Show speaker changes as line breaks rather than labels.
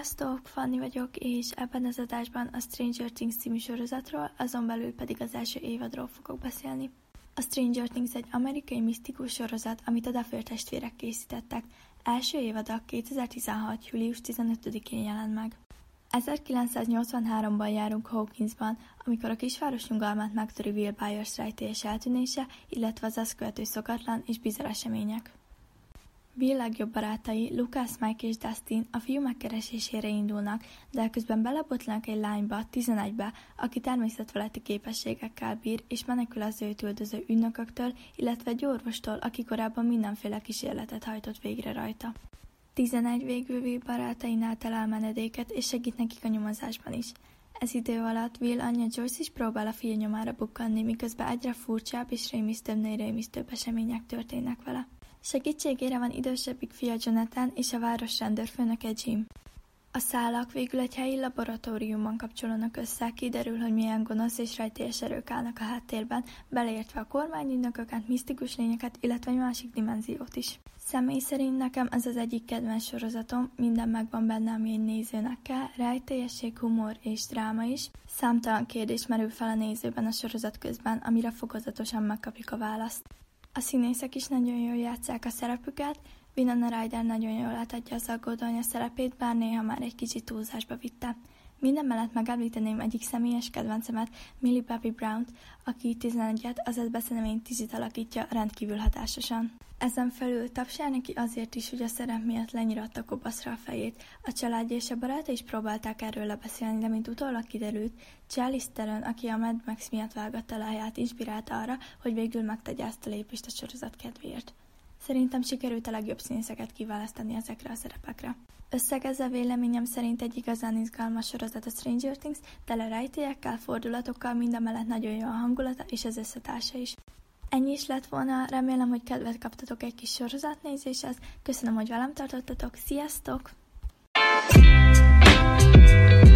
Sziasztok, Fanni vagyok, és ebben az adásban a Stranger Things című sorozatról, azon belül pedig az első évadról fogok beszélni. A Stranger Things egy amerikai misztikus sorozat, amit a Duffer testvérek készítettek. Első évada 2016. július 15-én jelent meg. 1983-ban járunk Hawkinsban, amikor a kisváros nyugalmát megtöri Will Byers rejtélyes eltűnése, illetve az azt követő szokatlan és bizarr események. Will legjobb barátai, Lucas, Mike és Dustin a fiú megkeresésére indulnak, de közben belebotlanak egy lányba, 11-be, aki természetfeletti képességekkel bír, és menekül az őt üldöző ügynököktől, illetve egy orvostól, aki korábban mindenféle kísérletet hajtott végre rajta. 11 végül Will barátainál talál menedéket, és segít nekik a nyomozásban is. Ez idő alatt Will anyja Joyce is próbál a fia nyomára bukkanni, miközben egyre furcsább és rémisztőbb események történnek vele. Segítségére van idősebbik fia Jonathan és a város rendőrfőnöke Jim. A szálak végül egy helyi laboratóriumban kapcsolódnak össze, kiderül, hogy milyen gonosz és rejtélyes erők állnak a háttérben, beleértve a kormányügynököket, misztikus lényeket, illetve egy másik dimenziót is. Személy szerint nekem ez az egyik kedvenc sorozatom, minden megvan benne, ami egy nézőnek kell, rejtélyesség, humor és dráma is. Számtalan kérdés merül fel a nézőben a sorozat közben, amire fokozatosan megkapjuk a választ. A színészek is nagyon jól játsszák a szerepüket, Winona Ryder nagyon jól átadja az aggódóanya szerepét, bár néha már egy kicsit túlzásba vitte. Minden mellett megemlíteném egyik személyes kedvencemet, Millie Bobby Brown-t, aki 11-et, azaz beszélmény 10-it alakítja rendkívül hatásosan. Ezen felül tapsál neki azért is, hogy a szerep miatt lenyiratta kopaszra a fejét. A családja és a baráta is próbálták erről lebeszélni, de mint utólag kiderült, Charlize Theron, aki a Mad Max miatt vágatta le a helyát, inspirálta arra, hogy végül megtegye ezt a lépést a sorozat kedvéért. Szerintem sikerült a legjobb színészeket kiválasztani ezekre a szerepekre. Összegezve véleményem szerint egy igazán izgalmas sorozat a Stranger Things, tele rejtélyekkel, fordulatokkal, mindamellett nagyon jó a hangulata és az összetársa is. Ennyi is lett volna, remélem, hogy kedvet kaptatok egy kis sorozatnézéshez. Köszönöm, hogy velem tartottatok, sziasztok!